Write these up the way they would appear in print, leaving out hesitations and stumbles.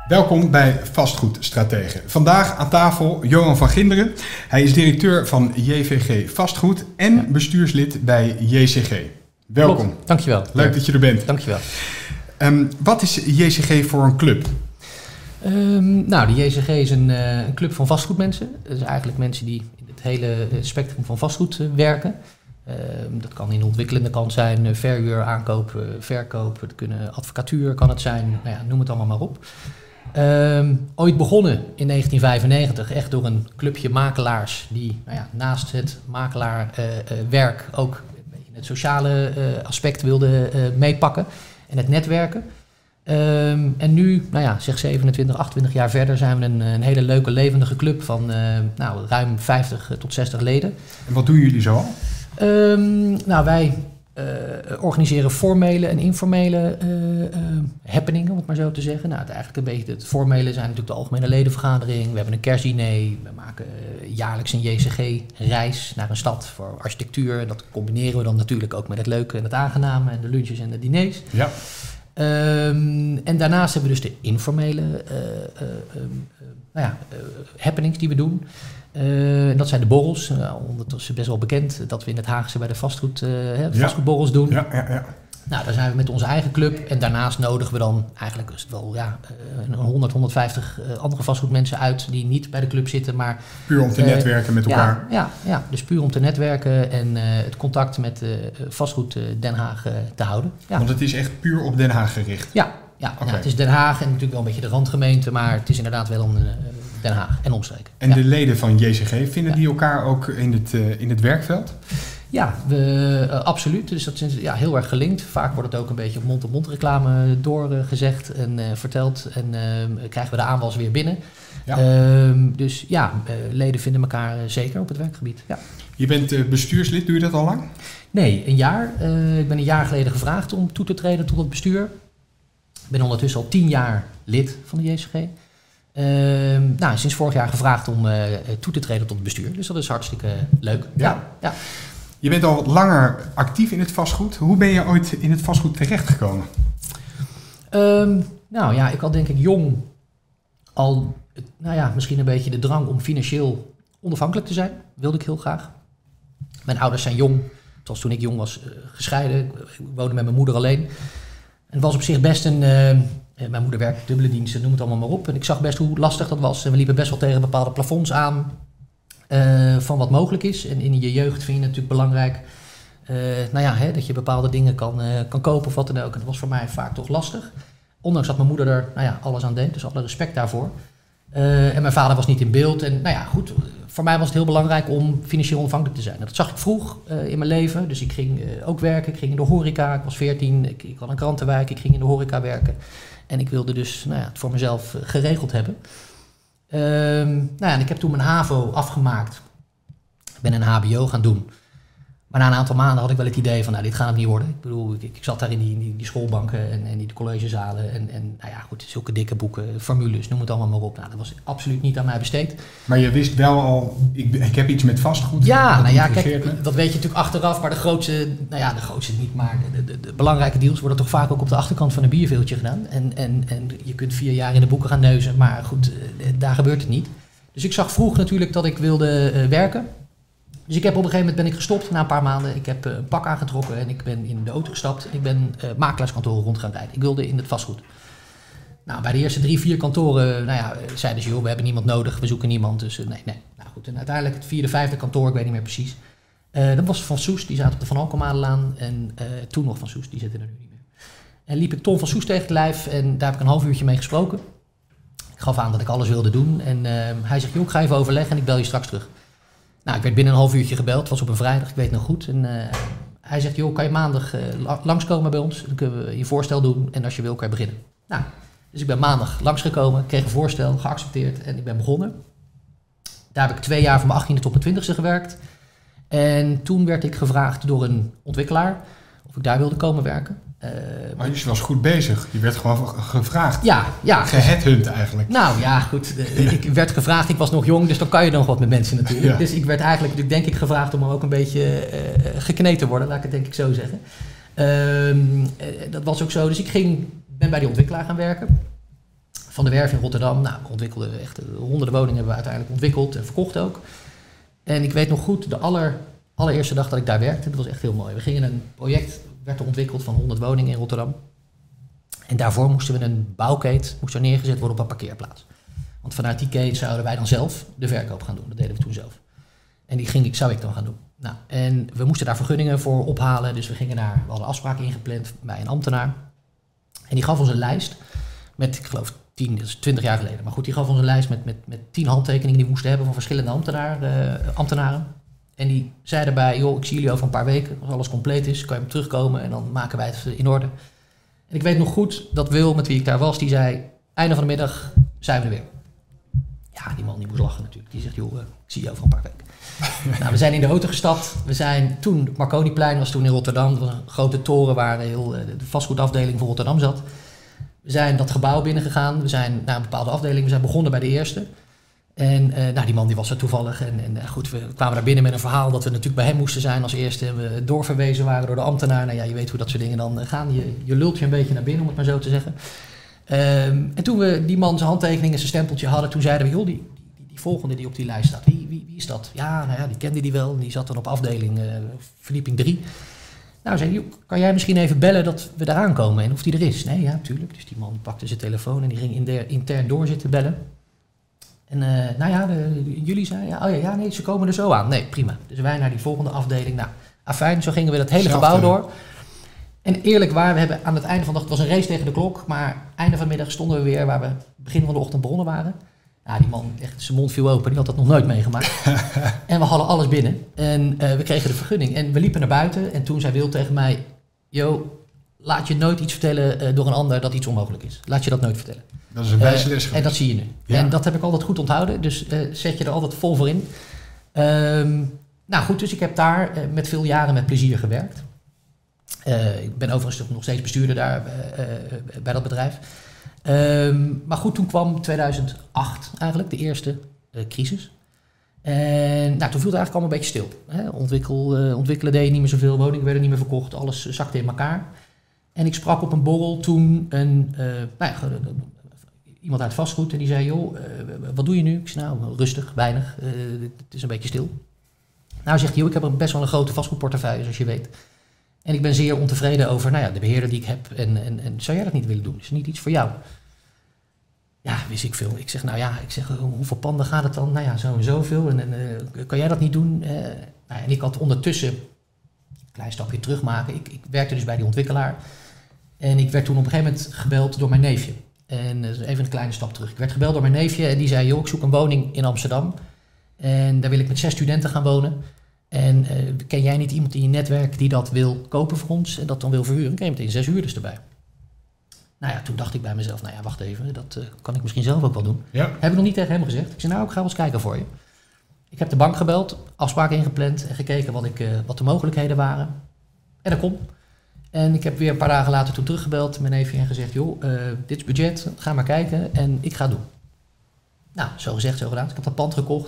Welkom bij Vastgoedstrategen. Vandaag aan tafel Johan van Ginderen. Hij is directeur van JVG Vastgoed en bestuurslid bij JCG. Welkom. Klopt. Dankjewel. Leuk dat je er bent. Dankjewel. Wat is JCG voor een club? De JCG is een club van vastgoedmensen. Dat is eigenlijk mensen die in het hele spectrum van vastgoed werken. Dat kan in de ontwikkelende kant zijn, verhuur, aankoop, verkoop. Het kunnen advocatuur kan het zijn, noem het allemaal maar op. Ooit begonnen in 1995 echt door een clubje makelaars die naast het makelaarwerk ook het sociale aspect wilden meepakken en het netwerken. En nu, 27, 28 jaar verder zijn we een hele leuke levendige club van ruim 50 tot 60 leden. En wat doen jullie zo al? Wij organiseren formele en informele happeningen, om het maar zo te zeggen. Het formele zijn natuurlijk de algemene ledenvergadering. We hebben een kerstdiner. We maken jaarlijks een JCG-reis naar een stad voor architectuur. Dat combineren we dan natuurlijk ook met het leuke en het aangename en de lunches en de diners. Ja. En daarnaast hebben we dus de informele happenings die we doen. Dat zijn de borrels. Ondertussen best wel bekend dat we in het Haagse bij de vastgoedborrels doen. Ja. Daar zijn we met onze eigen club. En daarnaast nodigen we dan eigenlijk 100, 150 andere vastgoedmensen uit die niet bij de club zitten. Maar puur om te netwerken met elkaar. Ja, dus puur om te netwerken en het contact met vastgoed Den Haag te houden. Ja. Want het is echt puur op Den Haag gericht? Ja. Okay. Het is Den Haag en natuurlijk wel een beetje de randgemeente, maar het is inderdaad wel een Den Haag en omstreken. En de leden van JCG, vinden die elkaar ook in het werkveld? Ja, absoluut. Dus dat is heel erg gelinkt. Vaak wordt het ook een beetje op mond-op-mond reclame doorgezegd en verteld. En krijgen we de aanwas weer binnen. Ja. Leden vinden elkaar zeker op het werkgebied. Ja. Je bent bestuurslid, doe je dat al lang? Nee, een jaar. Ik ben een jaar geleden gevraagd om toe te treden tot het bestuur. Ik ben ondertussen al 10 jaar lid van de JCG. Sinds vorig jaar gevraagd om toe te treden tot het bestuur. Dus dat is hartstikke leuk. Ja. Je bent al wat langer actief in het vastgoed. Hoe ben je ooit in het vastgoed terechtgekomen? Ik had denk ik jong al misschien een beetje de drang om financieel onafhankelijk te zijn. Wilde ik heel graag. Mijn ouders zijn jong. Zoals toen ik jong was gescheiden. Ik woonde met mijn moeder alleen. En het was op zich best een... mijn moeder werkte dubbele diensten, noem het allemaal maar op. En ik zag best hoe lastig dat was. En we liepen best wel tegen bepaalde plafonds aan van wat mogelijk is. En in je jeugd vind je het natuurlijk belangrijk dat je bepaalde dingen kan kopen of wat dan ook. En dat was voor mij vaak toch lastig. Ondanks dat mijn moeder er alles aan deed, dus alle respect daarvoor. En mijn vader was niet in beeld. En voor mij was het heel belangrijk om financieel onafhankelijk te zijn. En dat zag ik vroeg in mijn leven. Dus ik ging ook werken, ik ging in de horeca. Ik was 14, ik had een krantenwijk, ik ging in de horeca werken. En ik wilde dus het voor mezelf geregeld hebben. En ik heb toen mijn HAVO afgemaakt. Ik ben een HBO gaan doen. Maar na een aantal maanden had ik wel het idee van, dit gaat het niet worden. Ik bedoel, ik zat daar in die schoolbanken en die collegezalen. Zulke dikke boeken, formules, noem het allemaal maar op. Dat was absoluut niet aan mij besteed. Maar je wist wel al, ik heb iets met vastgoed. Dat weet je natuurlijk achteraf. Maar de grootste niet, maar de belangrijke deals worden toch vaak ook op de achterkant van een bierveeltje gedaan. En je kunt 4 jaar in de boeken gaan neuzen, maar goed, daar gebeurt het niet. Dus ik zag vroeg natuurlijk dat ik wilde werken. Dus ik heb op een gegeven moment gestopt na een paar maanden. Ik heb een pak aangetrokken en ik ben in de auto gestapt. Ik ben makelaarskantoren rond gaan rijden. Ik wilde in het vastgoed. Bij de eerste 3-4 kantoren zeiden ze, we hebben niemand nodig, we zoeken niemand. Dus nee. En uiteindelijk het 4e, 5e kantoor, ik weet niet meer precies. Dat was Van Soest, die zaten op de Van Alkemalenlaan. En toen nog Van Soest, die zitten er nu niet meer. En liep ik Tom van Soest tegen het lijf en daar heb ik een half uurtje mee gesproken. Ik gaf aan dat ik alles wilde doen. En hij zegt, ik ga even overleggen en ik bel je straks terug. Ik werd binnen een half uurtje gebeld. Het was op een vrijdag, ik weet nog goed. En hij zegt, kan je maandag langskomen bij ons? Dan kunnen we je voorstel doen en als je wil kan je beginnen. Dus ik ben maandag langsgekomen, kreeg een voorstel, geaccepteerd en ik ben begonnen. Daar heb ik 2 jaar van mijn 18e tot mijn 20e gewerkt. En toen werd ik gevraagd door een ontwikkelaar of ik daar wilde komen werken. Maar je was goed bezig. Je werd gewoon gevraagd. Ja. Geheadhunt eigenlijk. Ik werd gevraagd. Ik was nog jong, dus dan kan je nog wat met mensen natuurlijk. Ja. Dus ik werd eigenlijk, denk ik, gevraagd om er ook een beetje gekneed te worden. Laat ik het denk ik zo zeggen. Dat was ook zo. Dus ik ben bij die ontwikkelaar gaan werken. Van der Werf in Rotterdam. Nou, we ontwikkelden echt honderden woningen hebben we uiteindelijk ontwikkeld en verkocht ook. En ik weet nog goed, de allereerste dag dat ik daar werkte, dat was echt heel mooi. We gingen een project, werd er ontwikkeld van 100 woningen in Rotterdam. En daarvoor moesten we een bouwkeet neergezet worden op een parkeerplaats. Want vanuit die keet zouden wij dan zelf de verkoop gaan doen. Dat deden we toen zelf. En die zou ik dan gaan doen. Nou, en we moesten daar vergunningen voor ophalen. Dus we hadden afspraken ingepland bij een ambtenaar. En die gaf ons een lijst met, ik geloof 10, dat is 20 jaar geleden. Maar goed, die gaf ons een lijst met 10 handtekeningen die we moesten hebben van verschillende ambtenaren. En die zei daarbij, joh, ik zie jullie over een paar weken. Als alles compleet is, kan je hem terugkomen en dan maken wij het in orde. En ik weet nog goed dat Wil, met wie ik daar was, die zei, einde van de middag zijn we er weer. Ja, die man die moest lachen natuurlijk. Die zegt, joh, ik zie je over een paar weken. Nou, we zijn in de auto gestapt. We zijn toen, het Marconiplein was toen in Rotterdam. Dat was een grote toren waar de vastgoedafdeling van Rotterdam zat. We zijn dat gebouw binnengegaan. We zijn naar een bepaalde afdeling. We zijn begonnen bij de eerste. En die man die was er toevallig. En goed, we kwamen daar binnen met een verhaal dat we natuurlijk bij hem moesten zijn als eerste. En we doorverwezen waren door de ambtenaar. Nou ja, je weet hoe dat soort dingen dan gaan. Je lult je een beetje naar binnen, om het maar zo te zeggen. En toen we die man zijn handtekening en zijn stempeltje hadden, toen zeiden we, joh, die volgende die op die lijst staat, wie is dat? Ja, nou ja, die kende die wel. Die zat dan op afdeling verdieping 3. Nou, zei hij, kan jij misschien even bellen dat we daar aankomen en of die er is? Nee, ja, natuurlijk. Dus die man pakte zijn telefoon en die ging intern door zitten bellen. En jullie zeiden, nee, ze komen er zo aan. Nee, prima. Dus wij naar die volgende afdeling. Nou, afijn, zo gingen we dat hele gebouw door. En eerlijk waar, we hebben aan het einde van de dag, het was een race tegen de klok, maar einde van de middag stonden we weer waar we begin van de ochtend begonnen waren. Nou, die man, echt zijn mond viel open, die had dat nog nooit meegemaakt. En we hadden alles binnen en we kregen de vergunning. En we liepen naar buiten en toen zei Wil tegen mij, laat je nooit iets vertellen door een ander dat iets onmogelijk is. Laat je dat nooit vertellen. Dat is een wijze les. En dat zie je nu. Ja. En dat heb ik altijd goed onthouden, dus zet je er altijd vol voor in. Nou goed, dus ik heb daar met veel jaren met plezier gewerkt. Ik ben overigens nog steeds bestuurder daar bij dat bedrijf. Maar goed, toen kwam 2008 eigenlijk, de eerste crisis. En toen viel het eigenlijk allemaal een beetje stil. Hè? Ontwikkelen deed je niet meer zoveel, woningen werden niet meer verkocht, alles zakte in elkaar. En ik sprak op een borrel toen iemand uit vastgoed en die zei, joh, wat doe je nu? Ik zei, nou, rustig, weinig, het is een beetje stil. Nou, zegt hij, joh, ik heb best wel een grote vastgoedportefeuille, zoals je weet. En ik ben zeer ontevreden over de beheerder die ik heb. En zou jij dat niet willen doen? Is het niet iets voor jou? Ja, wist ik veel. Ik zeg, hoeveel panden gaat het dan? Nou ja, zo en zoveel. En kan jij dat niet doen? En ik had ondertussen, een klein stapje terugmaken. Ik werkte dus bij die ontwikkelaar. En ik werd toen op een gegeven moment gebeld door mijn neefje. En even een kleine stap terug. Ik werd gebeld door mijn neefje en die zei, joh, ik zoek een woning in Amsterdam. En daar wil ik met 6 studenten gaan wonen. En ken jij niet iemand in je netwerk die dat wil kopen voor ons en dat dan wil verhuren? Dan kreeg je meteen 6 huurders erbij. Nou ja, toen dacht ik bij mezelf, wacht even, dat kan ik misschien zelf ook wel doen. Ja. Heb ik nog niet tegen hem gezegd. Ik zei, ik ga wel eens kijken voor je. Ik heb de bank gebeld, afspraken ingepland en gekeken wat de mogelijkheden waren. En dat kon. En ik heb weer een paar dagen later toen teruggebeld, mijn neefje, en gezegd, joh, dit is budget, ga maar kijken en ik ga het doen. Nou, zo gezegd, zo gedaan. Ik heb dat pand gekocht.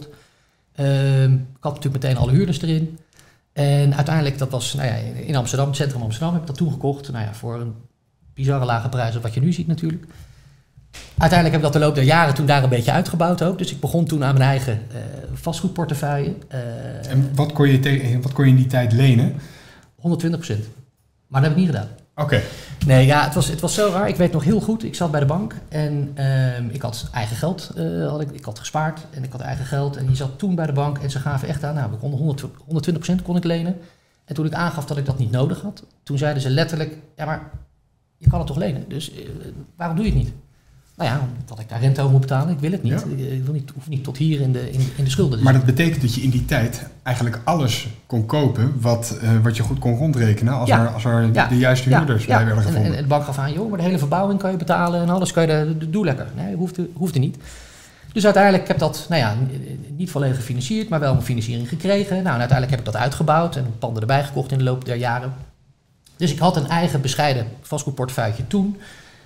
Ik had natuurlijk meteen alle huurders erin. En uiteindelijk, dat was in Amsterdam, het centrum Amsterdam, heb ik dat toen gekocht. Voor een bizarre lage prijs, wat je nu ziet natuurlijk. Uiteindelijk heb ik dat de loop der jaren toen daar een beetje uitgebouwd ook. Dus ik begon toen aan mijn eigen vastgoedportefeuille. En wat kon je in die tijd lenen? 120%. Maar dat heb ik niet gedaan. Oké. Nee, ja, het was zo raar. Ik weet nog heel goed, ik zat bij de bank en ik had eigen geld. Ik had gespaard en ik had eigen geld. En die zat toen bij de bank en ze gaven echt aan, we konden 120% kon ik lenen. En toen ik aangaf dat ik dat niet nodig had, toen zeiden ze letterlijk, ja, maar je kan het toch lenen? Dus waarom doe je het niet? Nou ja, omdat ik daar rente over moet betalen. Ik wil het niet. Ja. Ik hoef niet tot hier in de schulden. Maar dat betekent dat je in die tijd eigenlijk alles kon kopen wat je goed kon rondrekenen als er de juiste huurders bij werden gevonden. En de bank gaf aan, joh, maar de hele verbouwing kan je betalen en alles kan je, doe lekker. Nee, hoefde niet. Dus uiteindelijk heb ik dat niet volledig gefinancierd, maar wel een financiering gekregen. Nou, en uiteindelijk heb ik dat uitgebouwd en panden erbij gekocht in de loop der jaren. Dus ik had een eigen bescheiden vastgoedportefeuille toen.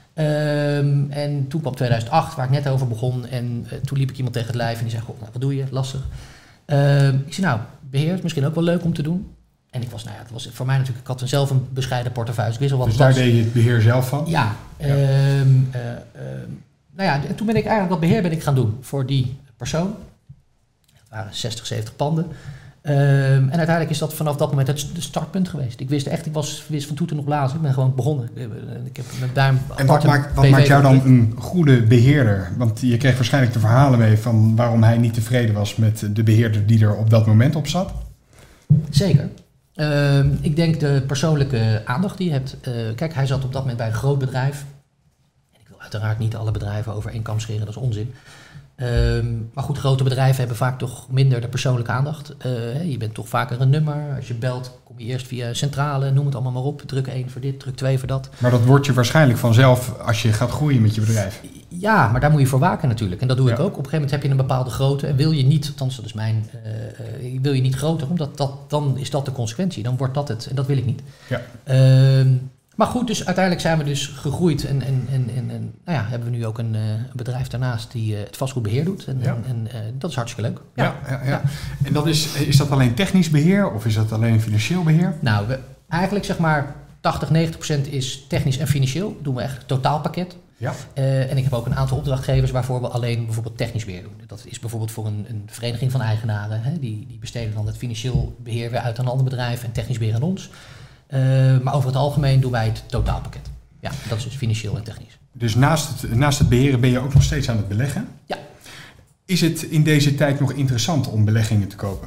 En toen kwam 2008, waar ik net over begon. En toen liep ik iemand tegen het lijf en die zei, goh, wat doe je? Lastig. Ik zei, beheer is misschien ook wel leuk om te doen. En het was voor mij natuurlijk, ik had zelf een bescheiden portefeuille. Dus ik wist al wat dus daar deed je het beheer zelf van? Ja. En toen ben ik eigenlijk dat beheer gaan doen voor die persoon. Het waren 60, 70 panden. En uiteindelijk is dat vanaf dat moment het startpunt geweest. Ik wist van toeten nog blazen. Ik ben gewoon begonnen. Ik heb met duim. En wat maakt jou dan een goede beheerder? Want je kreeg waarschijnlijk de verhalen mee van waarom hij niet tevreden was met de beheerder die er op dat moment op zat. Zeker. Ik denk de persoonlijke aandacht die je hebt. Kijk, hij zat op dat moment bij een groot bedrijf. En ik wil uiteraard niet alle bedrijven over één kam scheren, dat is onzin. Maar goed, grote bedrijven hebben vaak toch minder de persoonlijke aandacht. Je bent toch vaker een nummer. Als je belt, kom je eerst via centrale, noem het allemaal maar op. Druk 1 voor dit, druk 2 voor dat. Maar dat wordt je waarschijnlijk vanzelf als je gaat groeien met je bedrijf. Ja, maar daar moet je voor waken natuurlijk. En dat doe ik ook. Op een gegeven moment heb je een bepaalde grootte. En wil je niet, althans dat is wil je niet groter, omdat dan is dat de consequentie. Dan wordt dat het. En dat wil ik niet. Ja. Maar goed, dus uiteindelijk zijn we dus gegroeid en hebben we nu ook een bedrijf daarnaast die het vastgoedbeheer doet. En dat is hartstikke leuk. Ja. En dat is dat alleen technisch beheer of is dat alleen financieel beheer? Nou, eigenlijk zeg maar 80-90% is technisch en financieel. Doen we echt een totaalpakket. Ja. En ik heb ook een aantal opdrachtgevers waarvoor we alleen bijvoorbeeld technisch beheer doen. Dat is bijvoorbeeld voor een vereniging van eigenaren. Hè, die besteden dan het financieel beheer weer uit aan een ander bedrijf en technisch beheer aan ons. Maar over het algemeen doen wij het totaalpakket. Ja, dat is dus financieel en technisch. Dus naast het beheren ben je ook nog steeds aan het beleggen? Ja. Is het in deze tijd nog interessant om beleggingen te kopen?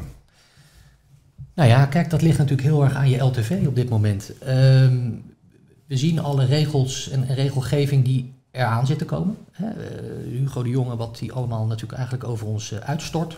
Nou ja, kijk, dat ligt natuurlijk heel erg aan je LTV op dit moment. We zien alle regels en regelgeving die eraan zitten komen. Hugo de Jonge, wat die allemaal natuurlijk eigenlijk over ons uitstort.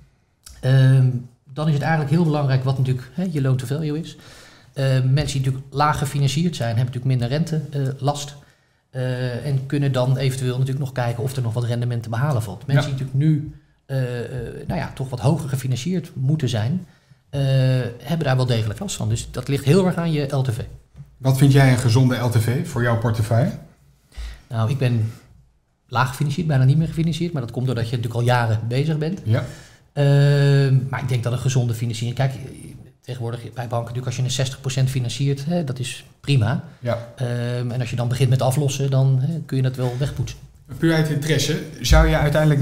Dan is het eigenlijk heel belangrijk wat natuurlijk je loan to value is. Mensen die natuurlijk laag gefinancierd zijn, hebben natuurlijk minder rentelast. En kunnen dan eventueel natuurlijk nog kijken of er nog wat rendement te behalen valt. Mensen die natuurlijk nu toch wat hoger gefinancierd moeten zijn, hebben daar wel degelijk last van. Dus dat ligt heel erg aan je LTV. Wat vind jij een gezonde LTV voor jouw portefeuille? Nou, ik ben laag gefinancierd, bijna niet meer gefinancierd. Maar dat komt doordat je natuurlijk al jaren bezig bent. Ja. Maar ik denk dat een gezonde financiering... Kijk, tegenwoordig bij banken natuurlijk als je een 60% financiert, dat is prima. Ja. En als je dan begint met aflossen, dan kun je dat wel wegpoetsen. Puur uit interesse, zou je uiteindelijk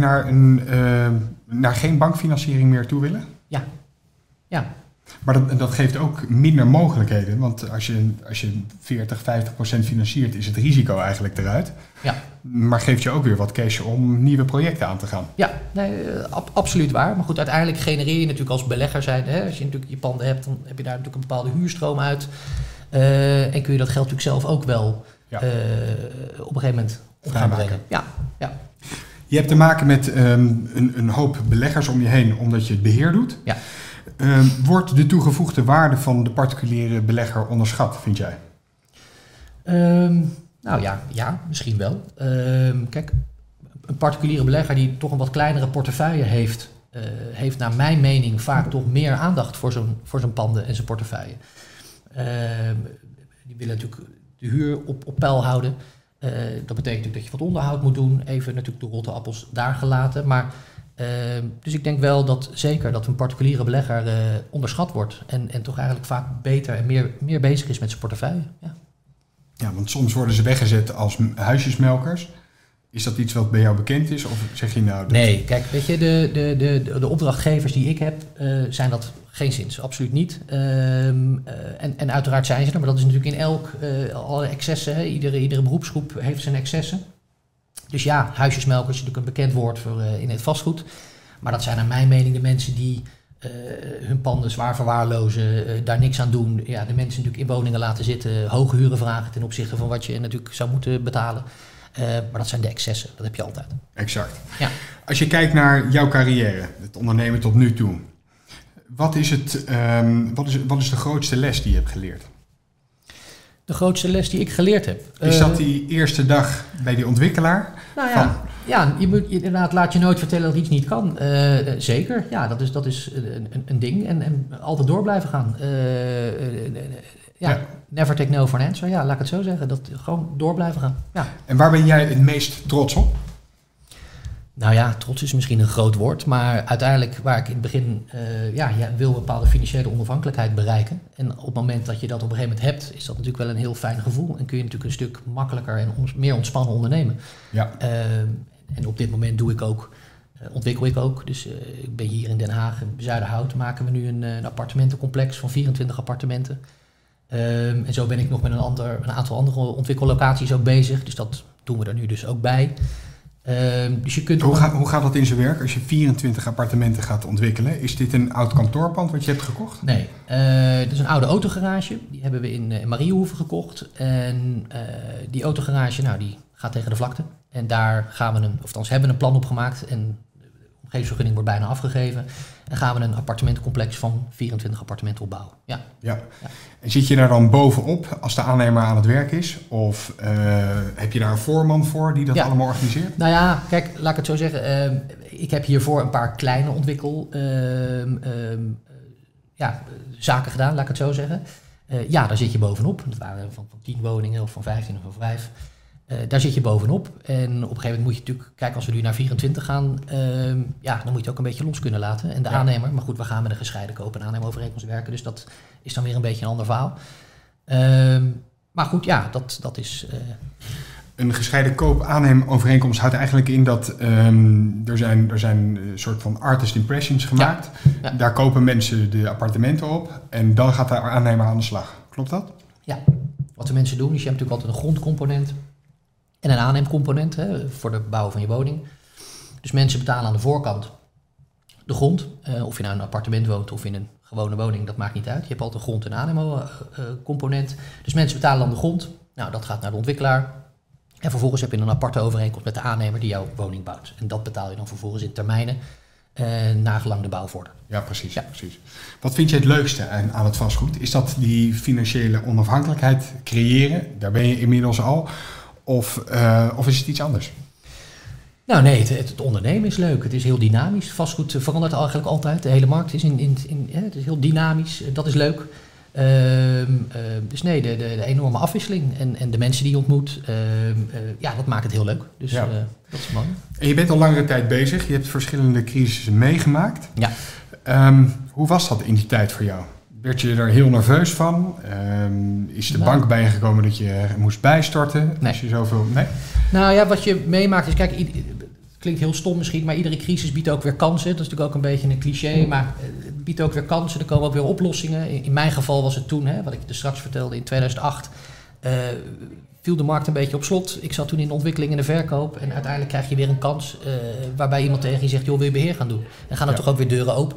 naar geen bankfinanciering meer toe willen? Ja. Ja. Maar dat geeft ook minder mogelijkheden, want als je 40-50% financiert, is het risico eigenlijk eruit. Ja. Maar geeft je ook weer wat cash om nieuwe projecten aan te gaan. Ja, nee, absoluut waar. Maar goed, uiteindelijk genereer je natuurlijk als belegger zijn. Als je natuurlijk je panden hebt, dan heb je daar natuurlijk een bepaalde huurstroom uit. En kun je dat geld natuurlijk zelf ook wel op een gegeven moment op gaan brengen. Ja. Je hebt te maken met een hoop beleggers om je heen, omdat je het beheer doet. Ja. Wordt de toegevoegde waarde van de particuliere belegger onderschat, vind jij? Nou ja, misschien wel. Kijk, een particuliere belegger die toch een wat kleinere portefeuille heeft naar mijn mening vaak toch meer aandacht voor zijn panden en zijn portefeuille. Die willen natuurlijk de huur op peil houden. Dat betekent natuurlijk dat je wat onderhoud moet doen. Even natuurlijk de rotte appels daar gelaten. Maar dus ik denk wel dat een particuliere belegger onderschat wordt. En toch eigenlijk vaak beter en meer bezig is met zijn portefeuille. Ja. Ja, want soms worden ze weggezet als huisjesmelkers. Is dat iets wat bij jou bekend is? Of zeg je nou... Nee, kijk, weet je, de opdrachtgevers die ik heb, zijn dat geen zins. Absoluut niet. En uiteraard zijn ze er, maar dat is natuurlijk in alle excessen. Iedere beroepsgroep heeft zijn excessen. Dus ja, huisjesmelkers is natuurlijk een bekend woord voor in het vastgoed. Maar dat zijn naar mijn mening de mensen die hun panden zwaar verwaarlozen, daar niks aan doen. Ja, de mensen natuurlijk in woningen laten zitten, hoge huren vragen ten opzichte van wat je natuurlijk zou moeten betalen. Maar dat zijn de excessen, dat heb je altijd. Exact. Ja. Als je kijkt naar jouw carrière, het ondernemen tot nu toe. Wat is de grootste les die je hebt geleerd? De grootste les die ik geleerd heb. Is dat die eerste dag bij die ontwikkelaar? Nou ja, je moet inderdaad, laat je nooit vertellen dat iets niet kan. Zeker, ja, dat is een ding. En altijd door blijven gaan. Never take no for an answer. Ja, laat ik het zo zeggen. Dat gewoon door blijven gaan. Ja. En waar ben jij het meest trots op? Nou ja, trots is misschien een groot woord, maar uiteindelijk waar ik in het begin, je wil een bepaalde financiële onafhankelijkheid bereiken. En op het moment dat je dat op een gegeven moment hebt, is dat natuurlijk wel een heel fijn gevoel. En kun je natuurlijk een stuk makkelijker en meer ontspannen ondernemen. Ja. En op dit moment ontwikkel ik ook. Dus ik ben hier in Den Haag, in Zuiderhout, maken we nu een appartementencomplex van 24 appartementen. En zo ben ik nog met een aantal andere ontwikkellocaties ook bezig. Dus dat doen we er nu dus ook bij. Dus je kunt hoe gaat dat in zijn werk als je 24 appartementen gaat ontwikkelen? Is dit een oud kantoorpand wat je hebt gekocht? Nee, het is een oude autogarage. Die hebben we in Mariehoeven gekocht. En die autogarage, die gaat tegen de vlakte. En daar gaan we hebben we een plan op gemaakt. En de omgevingsvergunning wordt bijna afgegeven. En gaan we een appartementencomplex van 24 appartementen opbouwen. Ja. En zit je daar dan bovenop als de aannemer aan het werk is? Of heb je daar een voorman voor die dat allemaal organiseert? Nou ja, kijk, laat ik het zo zeggen. Ik heb hiervoor een paar kleine zaken gedaan, laat ik het zo zeggen. Daar zit je bovenop. Dat waren van 10 woningen of van 15 of van 5. Daar zit je bovenop. En op een gegeven moment moet je natuurlijk, kijk, als we nu naar 24 gaan, dan moet je het ook een beetje los kunnen laten. En de aannemer, maar goed, we gaan met een gescheiden koop- en aannemerovereenkomst werken. Dus dat is dan weer een beetje een ander verhaal. Maar goed, dat is... Een gescheiden koop-aannemovereenkomst houdt eigenlijk in dat er zijn een soort van artist impressions gemaakt. Ja. Daar kopen mensen de appartementen op en dan gaat de aannemer aan de slag. Klopt dat? Ja. Wat de mensen doen is, je hebt natuurlijk altijd een grondcomponent en een aanneemcomponent voor de bouw van je woning. Dus mensen betalen aan de voorkant de grond. Of je nou in een appartement woont of in een gewone woning, dat maakt niet uit. Je hebt altijd een grond- en aanneemcomponent. Dus mensen betalen dan de grond. Nou, dat gaat naar de ontwikkelaar. En vervolgens heb je een aparte overeenkomst met de aannemer die jouw woning bouwt. En dat betaal je dan vervolgens in termijnen, nagelang de bouw vordert. Ja, precies. Wat vind je het leukste aan het vastgoed? Is dat die financiële onafhankelijkheid creëren? Daar ben je inmiddels al. Of is het iets anders? Nou nee, het ondernemen is leuk. Het is heel dynamisch. Vastgoed verandert eigenlijk altijd. De hele markt is het is heel dynamisch. Dat is leuk. Dus nee, de enorme afwisseling en de mensen die je ontmoet, dat maakt het heel leuk. Dus dat is mooi. En je bent al langere tijd bezig. Je hebt verschillende crisissen meegemaakt. Ja. Hoe was dat in die tijd voor jou? Werd je er heel nerveus van? Is de bank bij je gekomen dat je moest bijstorten? Nee. Als je zoveel... Nee? Nou ja, wat je meemaakt is, kijk, het klinkt heel stom misschien, maar iedere crisis biedt ook weer kansen. Dat is natuurlijk ook een beetje een cliché, maar het biedt ook weer kansen. Er komen ook weer oplossingen. In mijn geval was het toen, wat ik dus straks vertelde, in 2008... viel de markt een beetje op slot. Ik zat toen in de ontwikkeling en de verkoop. En uiteindelijk krijg je weer een kans waarbij iemand tegen je zegt, joh, wil je beheer gaan doen? Dan gaan er toch ook weer deuren open.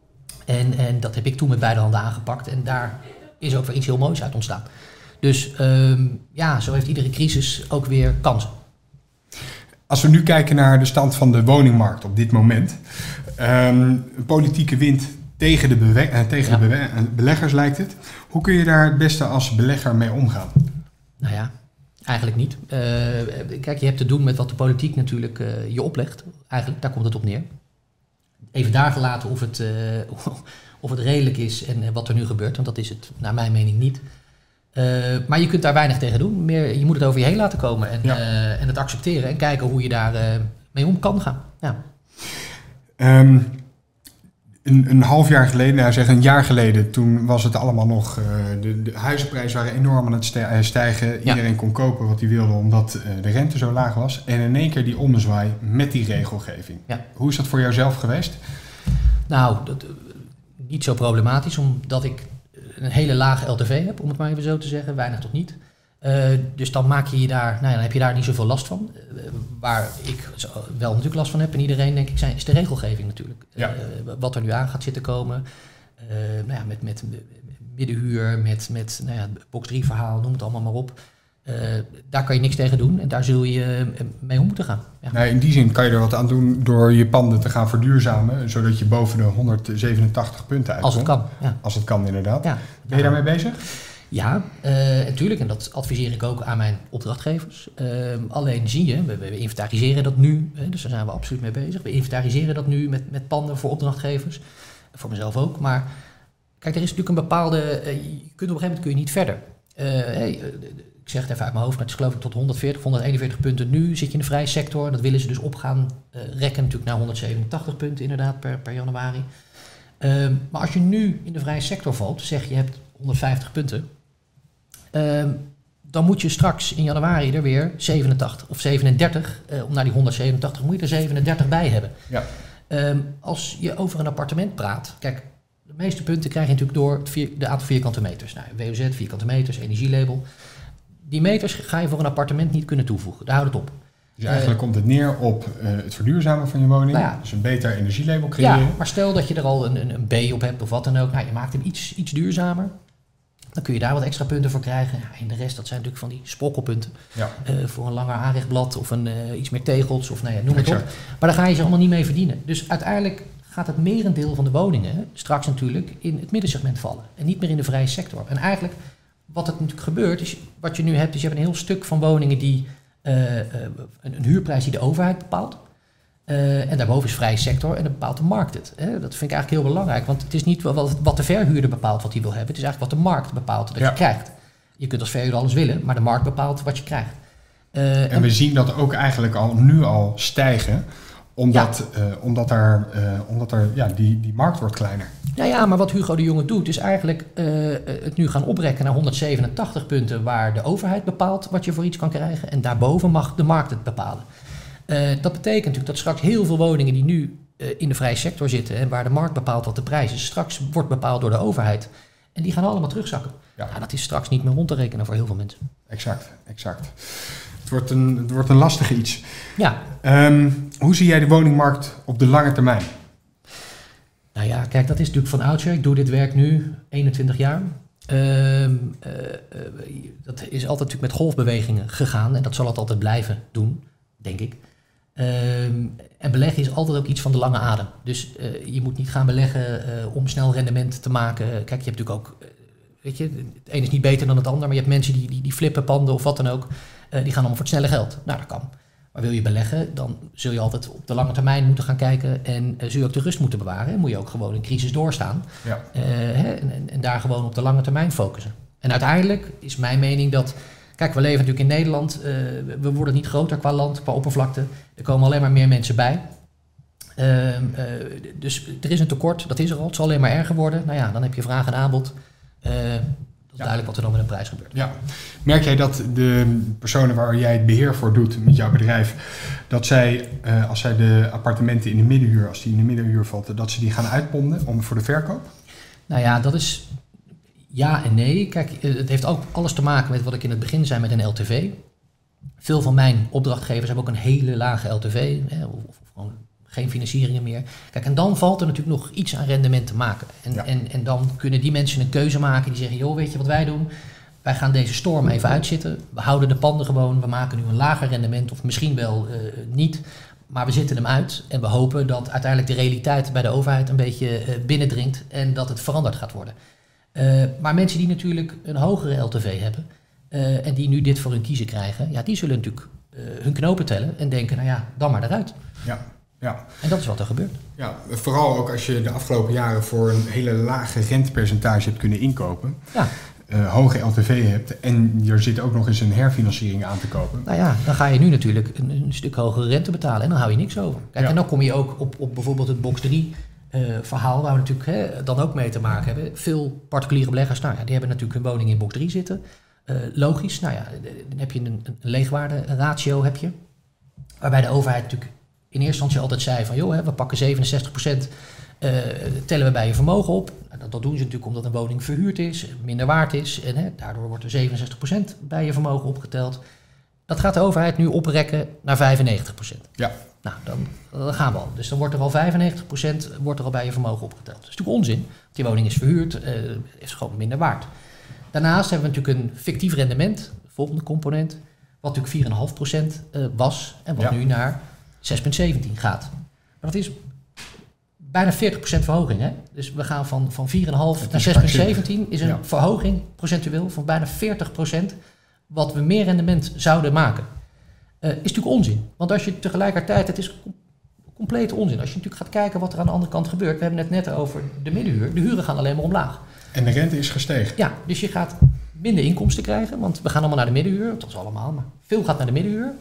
En dat heb ik toen met beide handen aangepakt. En daar is ook weer iets heel moois uit ontstaan. Dus zo heeft iedere crisis ook weer kansen. Als we nu kijken naar de stand van de woningmarkt op dit moment. Politieke wind tegen de beleggers lijkt het. Hoe kun je daar het beste als belegger mee omgaan? Nou ja, eigenlijk niet. Kijk, je hebt te doen met wat de politiek natuurlijk je oplegt. Eigenlijk, daar komt het op neer. Even daar gelaten of het redelijk is en wat er nu gebeurt. Want dat is het naar mijn mening niet. Maar je kunt daar weinig tegen doen. Je moet het over je heen laten komen en het accepteren. En kijken hoe je daar mee om kan gaan. Ja. Een half jaar geleden, een jaar geleden, toen was het allemaal nog... De huizenprijzen waren enorm aan het stijgen. Iedereen kon kopen wat hij wilde, omdat de rente zo laag was. En in één keer die ommezwaai met die regelgeving. Ja. Hoe is dat voor jou zelf geweest? Nou, niet zo problematisch, omdat ik een hele lage LTV heb, om het maar even zo te zeggen. Weinig tot niet. Dus dan dan heb je daar niet zoveel last van. Waar ik wel natuurlijk last van heb, en iedereen denk ik, is de regelgeving natuurlijk. Ja. Wat er nu aan gaat zitten komen. Met middenhuur, met box 3 verhaal, noem het allemaal maar op. Daar kan je niks tegen doen en daar zul je mee om moeten gaan. Ja. Nou, in die zin kan je er wat aan doen door je panden te gaan verduurzamen, zodat je boven de 187 punten uitkomt. Als het kan. Ja. Als het kan, inderdaad. Ja. Ben je daarmee bezig? Ja, natuurlijk. En dat adviseer ik ook aan mijn opdrachtgevers. Alleen zie je, we inventariseren dat nu. Dus daar zijn we absoluut mee bezig. We inventariseren dat nu met panden voor opdrachtgevers. Voor mezelf ook. Maar kijk, er is natuurlijk een bepaalde... op een gegeven moment kun je niet verder. Ik zeg het even uit mijn hoofd, maar het is geloof ik tot 140, 141 punten. Nu zit je in de vrije sector. Dat willen ze dus op gaan rekken natuurlijk naar 187 punten inderdaad per januari. Maar als je nu in de vrije sector valt, zeg je hebt 150 punten. Dan moet je straks in januari er weer 87 of 37, om naar die 187 moet je er 37 bij hebben. Ja. Als je over een appartement praat, kijk, de meeste punten krijg je natuurlijk door de aantal vierkante meters. Nou, WOZ, vierkante meters, energielabel. Die meters ga je voor een appartement niet kunnen toevoegen. Daar houdt het op. Dus eigenlijk komt het neer op het verduurzamen van je woning. Nou ja, dus een beter energielabel creëren. Ja, maar stel dat je er al een B op hebt of wat dan ook. Nou, je maakt hem iets duurzamer. Dan kun je daar wat extra punten voor krijgen. Ja, en de rest, dat zijn natuurlijk van die sprokkelpunten. Ja. Voor een langer aanrechtblad of iets meer tegels of noem het op. Maar daar ga je ze allemaal niet mee verdienen. Dus uiteindelijk gaat het merendeel van de woningen straks natuurlijk in het middensegment vallen. En niet meer in de vrije sector. En eigenlijk wat het natuurlijk gebeurt, is wat je nu hebt, is je hebt een heel stuk van woningen die een huurprijs die de overheid bepaalt. En daarboven is vrije sector en dan bepaalt de markt het. Dat vind ik eigenlijk heel belangrijk, want het is niet wat de verhuurder bepaalt wat hij wil hebben. Het is eigenlijk wat de markt bepaalt dat je krijgt. Je kunt als verhuurder alles willen, maar de markt bepaalt wat je krijgt. En we zien dat ook eigenlijk nu al stijgen, omdat die markt wordt kleiner. Nou ja, maar wat Hugo de Jonge doet, is eigenlijk het nu gaan oprekken naar 187 punten waar de overheid bepaalt wat je voor iets kan krijgen. En daarboven mag de markt het bepalen. Dat betekent natuurlijk dat straks heel veel woningen die nu in de vrije sector zitten en waar de markt bepaalt wat de prijs is, straks wordt bepaald door de overheid. En die gaan allemaal terugzakken. Ja. Nou, dat is straks niet meer rond te rekenen voor heel veel mensen. Exact. Het wordt een lastige iets. Ja. Hoe zie jij de woningmarkt op de lange termijn? Nou ja, kijk, dat is natuurlijk van oudsher. Ik doe dit werk nu 21 jaar. Dat is altijd natuurlijk met golfbewegingen gegaan. En dat zal het altijd blijven doen, denk ik. En beleggen is altijd ook iets van de lange adem. Dus je moet niet gaan beleggen om snel rendement te maken. Kijk, je hebt natuurlijk ook... weet je, het een is niet beter dan het ander. Maar je hebt mensen die flippen panden of wat dan ook. Die gaan allemaal voor het snelle geld. Nou, dat kan. Maar wil je beleggen, dan zul je altijd op de lange termijn moeten gaan kijken. En zul je ook de rust moeten bewaren. En moet je ook gewoon een crisis doorstaan. Ja. En daar gewoon op de lange termijn focussen. En uiteindelijk is mijn mening dat... Kijk, we leven natuurlijk in Nederland. We worden niet groter qua land, qua oppervlakte. Er komen alleen maar meer mensen bij. Dus er is een tekort, dat is er al. Het zal alleen maar erger worden. Nou ja, dan heb je vraag en aanbod. Dat is duidelijk wat er dan met een prijs gebeurt. Ja. Merk jij dat de personen waar jij het beheer voor doet met jouw bedrijf, dat zij, als zij de appartementen in de middenhuur, als die in de middenhuur valt, dat ze die gaan uitponden voor de verkoop? Nou ja, dat is ja en nee. Kijk, het heeft ook alles te maken met wat ik in het begin zei met een LTV. Veel van mijn opdrachtgevers hebben ook een hele lage LTV, of gewoon geen financieringen meer. Kijk, en dan valt er natuurlijk nog iets aan rendement te maken. En dan kunnen die mensen een keuze maken die zeggen, joh, weet je wat wij doen? Wij gaan deze storm even uitzitten. We houden de panden gewoon. We maken nu een lager rendement of misschien wel niet. Maar we zitten hem uit. En we hopen dat uiteindelijk de realiteit bij de overheid een beetje binnendringt en dat het veranderd gaat worden. Maar mensen die natuurlijk een hogere LTV hebben en die nu dit voor hun kiezen krijgen, ja, die zullen natuurlijk hun knopen tellen en denken, nou ja, dan maar eruit. Ja. En dat is wat er gebeurt. Ja, vooral ook als je de afgelopen jaren voor een hele lage rentepercentage hebt kunnen inkopen. Ja. Hoge LTV hebt en er zit ook nog eens een herfinanciering aan te kopen. Nou ja, dan ga je nu natuurlijk een stuk hogere rente betalen en dan hou je niks over. Kijk, en dan kom je ook op bijvoorbeeld het box 3 verhaal, waar we natuurlijk dan ook mee te maken hebben. Veel particuliere beleggers, nou ja, die hebben natuurlijk hun woning in box 3 zitten. Logisch, nou ja, dan heb je een leegwaarde ratio, heb je. Waarbij de overheid natuurlijk in eerste instantie altijd zei van, joh, we pakken 67%, tellen we bij je vermogen op. Nou, dat doen ze natuurlijk omdat een woning verhuurd is, minder waard is. En daardoor wordt er 67% bij je vermogen opgeteld. Dat gaat de overheid nu oprekken naar 95%. Ja. Nou, dan gaan we al. Dus dan wordt er al 95% wordt er al bij je vermogen opgeteld. Dat is natuurlijk onzin. Die woning is verhuurd, is gewoon minder waard. Daarnaast hebben we natuurlijk een fictief rendement, de volgende component, wat natuurlijk 4,5% was en wat nu naar 6,17 gaat. Maar dat is bijna 40% verhoging. Hè? Dus we gaan van 4,5 naar 6,17 is een verhoging procentueel van bijna 40% wat we meer rendement zouden maken. Is natuurlijk onzin. Want als je tegelijkertijd, het is complete onzin. Als je natuurlijk gaat kijken wat er aan de andere kant gebeurt. We hebben het net over de middenhuur. De huren gaan alleen maar omlaag. En de rente is gestegen. Ja, dus je gaat minder inkomsten krijgen, want we gaan allemaal naar de middenhuur. Dat is allemaal, maar veel gaat naar de middenhuur.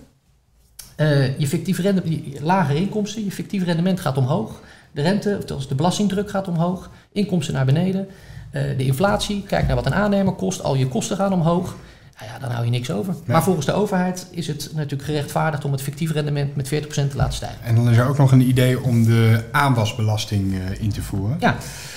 Je fictief lagere inkomsten, je fictief rendement gaat omhoog. De rente, de belastingdruk gaat omhoog. Inkomsten naar beneden. De inflatie, kijk naar wat een aannemer kost. Al je kosten gaan omhoog. Nou ja, dan hou je niks over. Nee. Maar volgens de overheid is het natuurlijk gerechtvaardigd om het fictief rendement met 40% te laten stijgen. En dan is er ook nog een idee om de aanwasbelasting in te voeren. Ja.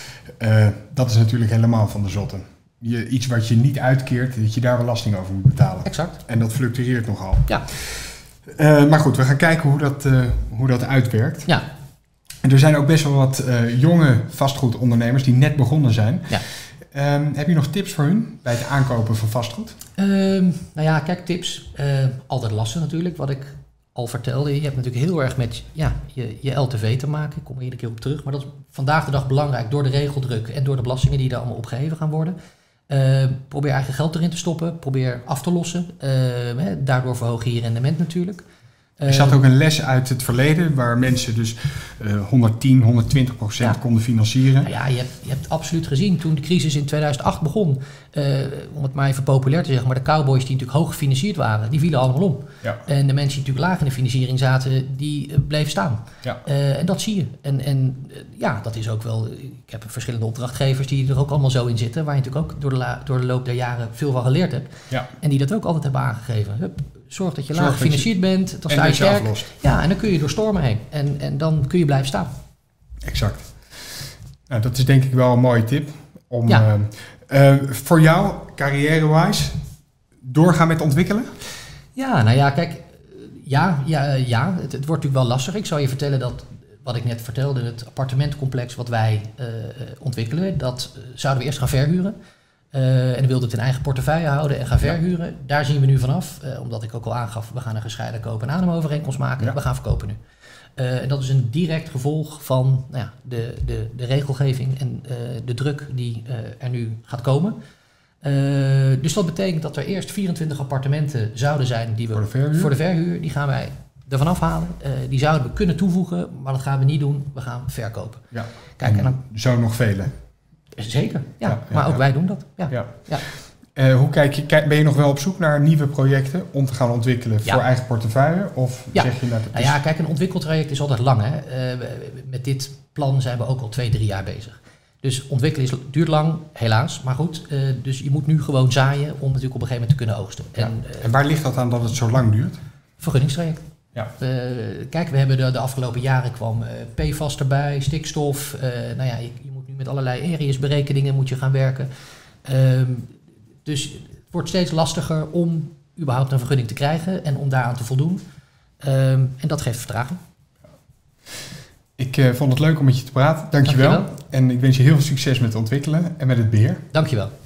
Dat is natuurlijk helemaal van de zotte. Iets wat je niet uitkeert, dat je daar belasting over moet betalen. Exact. En dat fluctueert nogal. Ja. Maar goed, we gaan kijken hoe dat uitwerkt. Ja. En er zijn ook best wel wat jonge vastgoedondernemers die net begonnen zijn. Ja. Heb je nog tips voor hun bij het aankopen van vastgoed? Nou ja, kijk, tips. Altijd lastig natuurlijk, wat ik al vertelde. Je hebt natuurlijk heel erg met je LTV te maken. Ik kom er iedere keer op terug. Maar dat is vandaag de dag belangrijk door de regeldruk en door de belastingen die er allemaal opgeheven gaan worden. Probeer eigen geld erin te stoppen. Probeer af te lossen. Daardoor verhoog je rendement natuurlijk. Er zat ook een les uit het verleden waar mensen dus 110, 120% konden financieren. Nou ja, je hebt absoluut gezien toen de crisis in 2008 begon, om het maar even populair te zeggen, maar de cowboys die natuurlijk hoog gefinancierd waren, die vielen allemaal om. Ja. En de mensen die natuurlijk laag in de financiering zaten, die bleven staan. Ja. En dat zie je. En dat is ook wel, ik heb verschillende opdrachtgevers die er ook allemaal zo in zitten, waar je natuurlijk ook door de loop der jaren veel van geleerd hebt. Ja. En die dat ook altijd hebben aangegeven. Zorg dat je laag gefinancierd bent, dan sta je sterk. Ja, en dan kun je door stormen heen. En dan kun je blijven staan. Exact. Nou, dat is denk ik wel een mooie tip. Om voor jou, carrière-wise, doorgaan met ontwikkelen? Ja, nou ja, kijk. Het wordt natuurlijk wel lastig. Ik zal je vertellen dat, wat ik net vertelde, het appartementencomplex wat wij ontwikkelen, dat zouden we eerst gaan verhuren. En dan wilde het in eigen portefeuille houden en gaan verhuren. Ja. Daar zien we nu vanaf. Omdat ik ook al aangaf, we gaan een gescheiden koop- en aannemovereenkomst maken. Ja. We gaan verkopen nu. En dat is een direct gevolg van de regelgeving en de druk die er nu gaat komen. Dus dat betekent dat er eerst 24 appartementen zouden zijn die we voor de verhuur. Die gaan wij ervan afhalen. Die zouden we kunnen toevoegen, maar dat gaan we niet doen. We gaan verkopen. Ja. Kijk, en dan zo nog vele. Zeker, maar ook wij doen dat. Ja. Hoe ben je nog wel op zoek naar nieuwe projecten om te gaan ontwikkelen voor eigen portefeuille? Of zeg je kijk, een ontwikkeltraject is altijd lang. Hè? Met dit plan zijn we ook al 2-3 jaar bezig. Dus ontwikkelen duurt lang, helaas. Maar goed, dus je moet nu gewoon zaaien om natuurlijk op een gegeven moment te kunnen oogsten. En waar ligt dat aan dat het zo lang duurt? Vergunningstraject. Ja. Kijk, we hebben de afgelopen jaren kwam PFAS erbij, stikstof. Je moet nu met allerlei areasberekeningen moet je gaan werken. Dus het wordt steeds lastiger om überhaupt een vergunning te krijgen en om daaraan te voldoen. En dat geeft vertraging. Ik vond het leuk om met je te praten. Dankjewel. En ik wens je heel veel succes met het ontwikkelen en met het beheer. Dankjewel.